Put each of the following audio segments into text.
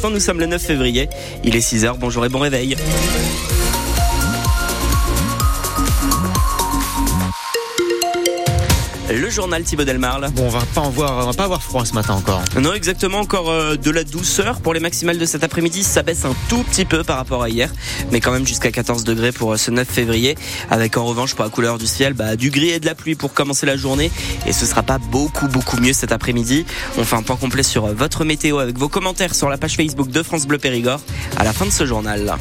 l'instant, nous sommes le 9 février. Il est 6h. Bonjour et bon réveil. Le journal Thibaut Delmarle. Bon, on va pas avoir froid ce matin encore. Non, exactement, encore de la douceur. Pour les maximales de cet après-midi, ça baisse un tout petit peu par rapport à hier, mais quand même jusqu'à 14 degrés pour ce 9 février, avec en revanche pour la couleur du ciel, du gris et de la pluie pour commencer la journée, et ce sera pas beaucoup mieux cet après-midi. On fait un point complet sur votre météo avec vos commentaires sur la page Facebook de France Bleu Périgord à la fin de ce journal.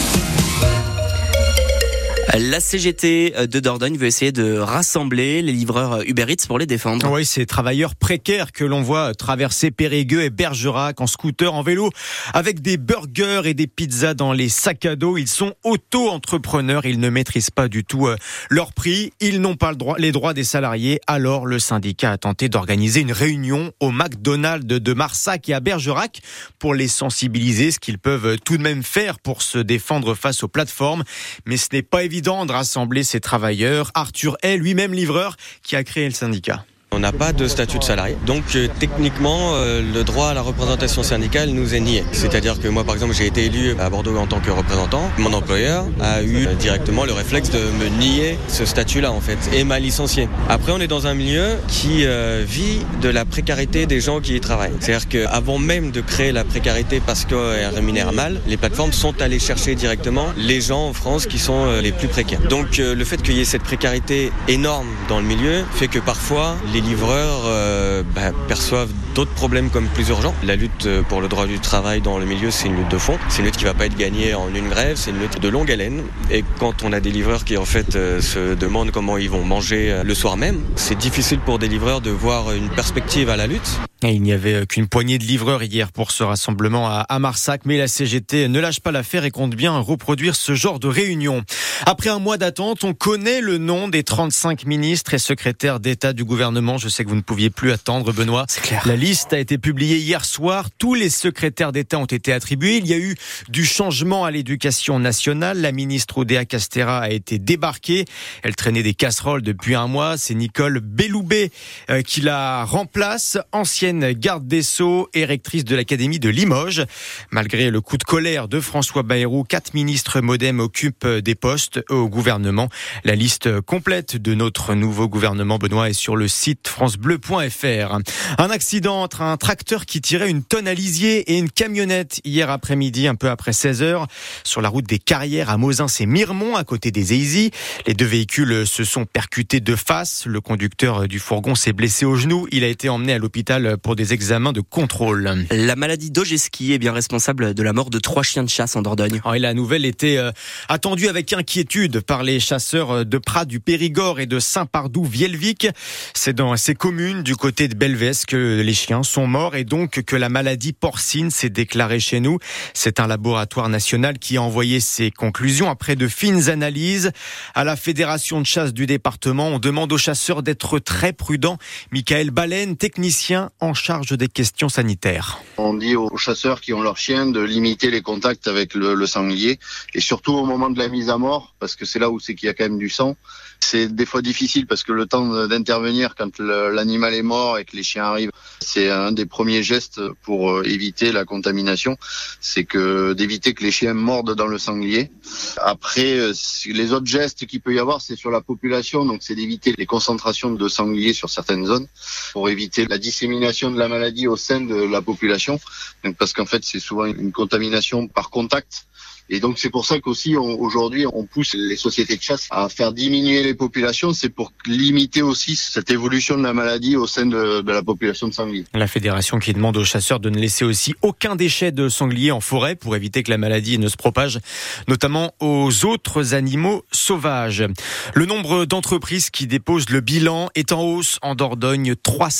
La CGT de Dordogne veut essayer de rassembler les livreurs Uber Eats pour les défendre. Oui, ces travailleurs précaires que l'on voit traverser Périgueux et Bergerac en scooter, en vélo, avec des burgers et des pizzas dans les sacs à dos. Ils sont auto-entrepreneurs, ils ne maîtrisent pas du tout leur prix. Ils n'ont pas les droits des salariés. Alors le syndicat a tenté d'organiser une réunion au McDonald's de Marsac et à Bergerac pour les sensibiliser, ce qu'ils peuvent tout de même faire pour se défendre face aux plateformes. Mais ce n'est pas évident de rassembler ces travailleurs. Arthur est lui-même livreur qui a créé le syndicat. On n'a pas de statut de salarié, donc techniquement le droit à la représentation syndicale nous est nié. C'est-à-dire que moi par exemple j'ai été élu à Bordeaux en tant que représentant, mon employeur a eu directement le réflexe de me nier ce statut-là en fait et m'a licencié. Après on est dans un milieu qui vit de la précarité des gens qui y travaillent. C'est-à-dire qu'avant même de créer la précarité parce qu'elle rémunère mal, les plateformes sont allées chercher directement les gens en France qui sont les plus précaires. Donc le fait qu'il y ait cette précarité énorme dans le milieu fait que parfois les livreurs perçoivent d'autres problèmes comme plus urgents. La lutte pour le droit du travail dans le milieu, c'est une lutte de fond. C'est une lutte qui ne va pas être gagnée en une grève, c'est une lutte de longue haleine. Et quand on a des livreurs qui en fait se demandent comment ils vont manger le soir même, c'est difficile pour des livreurs de voir une perspective à la lutte. Et il n'y avait qu'une poignée de livreurs hier pour ce rassemblement à Marsac, mais la CGT ne lâche pas l'affaire et compte bien reproduire ce genre de réunion. Après un mois d'attente, on connaît le nom des 35 ministres et secrétaires d'État du gouvernement. Je sais que vous ne pouviez plus attendre, Benoît. C'est clair. La liste a été publiée hier soir. Tous les secrétaires d'État ont été attribués. Il y a eu du changement à l'éducation nationale. La ministre Oudéa Castéra a été débarquée. Elle traînait des casseroles depuis un mois. C'est Nicole Belloubet qui la remplace, ancienne garde des Sceaux et rectrice de l'Académie de Limoges. Malgré le coup de colère de François Bayrou, 4 ministres MoDem occupent des postes au gouvernement. La liste complète de notre nouveau gouvernement, Benoît, est sur le site francebleu.fr. Un accident entre un tracteur qui tirait une tonne à lisier et une camionnette hier après-midi, un peu après 16h, sur la route des Carrières à Mozins-et-Miremont, à côté des Eizy. Les deux véhicules se sont percutés de face. Le conducteur du fourgon s'est blessé au genou. Il a été emmené à l'hôpital pour des examens de contrôle. La maladie d'Ogeski est bien responsable de la mort de 3 chiens de chasse en Dordogne. Et la nouvelle était attendue avec inquiétude par les chasseurs de Prat du Périgord et de Saint-Pardoux-Vielvic. C'est dans ces communes du côté de Belvès que les chiens sont morts et donc que la maladie porcine s'est déclarée chez nous. C'est un laboratoire national qui a envoyé ses conclusions après de fines analyses. À la Fédération de chasse du département, on demande aux chasseurs d'être très prudents. Michael Baleine, technicien en charge des questions sanitaires. On dit aux chasseurs qui ont leurs chiens de limiter les contacts avec le sanglier et surtout au moment de la mise à mort parce que c'est là où c'est qu'il y a quand même du sang. C'est des fois difficile parce que le temps d'intervenir quand l'animal est mort et que les chiens arrivent, c'est un des premiers gestes pour éviter la contamination, c'est que d'éviter que les chiens mordent dans le sanglier. Après, les autres gestes qu'il peut y avoir, c'est sur la population, donc c'est d'éviter les concentrations de sangliers sur certaines zones pour éviter la dissémination de la maladie au sein de la population, donc parce qu'en fait c'est souvent une contamination par contact. Et donc c'est pour ça qu'aussi aujourd'hui on pousse les sociétés de chasse à faire diminuer les populations, c'est pour limiter aussi cette évolution de la maladie au sein de la population de sangliers. La fédération qui demande aux chasseurs de ne laisser aussi aucun déchet de sanglier en forêt pour éviter que la maladie ne se propage, notamment aux autres animaux sauvages. Le nombre d'entreprises qui déposent le bilan est en hausse en Dordogne.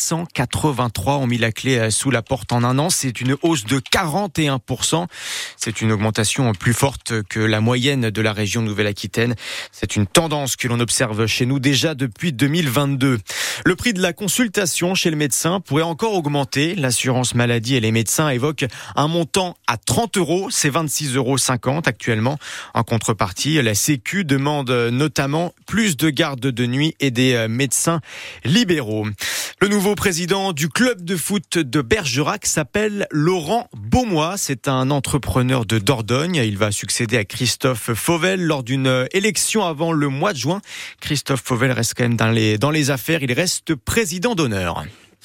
383 ont mis la clé sous la porte en un an. C'est une hausse de 41%. C'est une augmentation plus forte que la moyenne de la région Nouvelle-Aquitaine. C'est une tendance que l'on observe chez nous déjà depuis 2022. Le prix de la consultation chez le médecin pourrait encore augmenter. L'assurance maladie et les médecins évoquent un montant à 30 €. C'est 26,50 € actuellement. En contrepartie, la Sécu demande notamment plus de gardes de nuit et des médecins libéraux. Le nouveau président du club de foot de Bergerac s'appelle Laurent Beaumois. C'est un entrepreneur de Dordogne. Il va succéder à Christophe Fauvel lors d'une élection avant le mois de juin. Christophe Fauvel reste quand même dans les affaires. Il reste président d'honneur.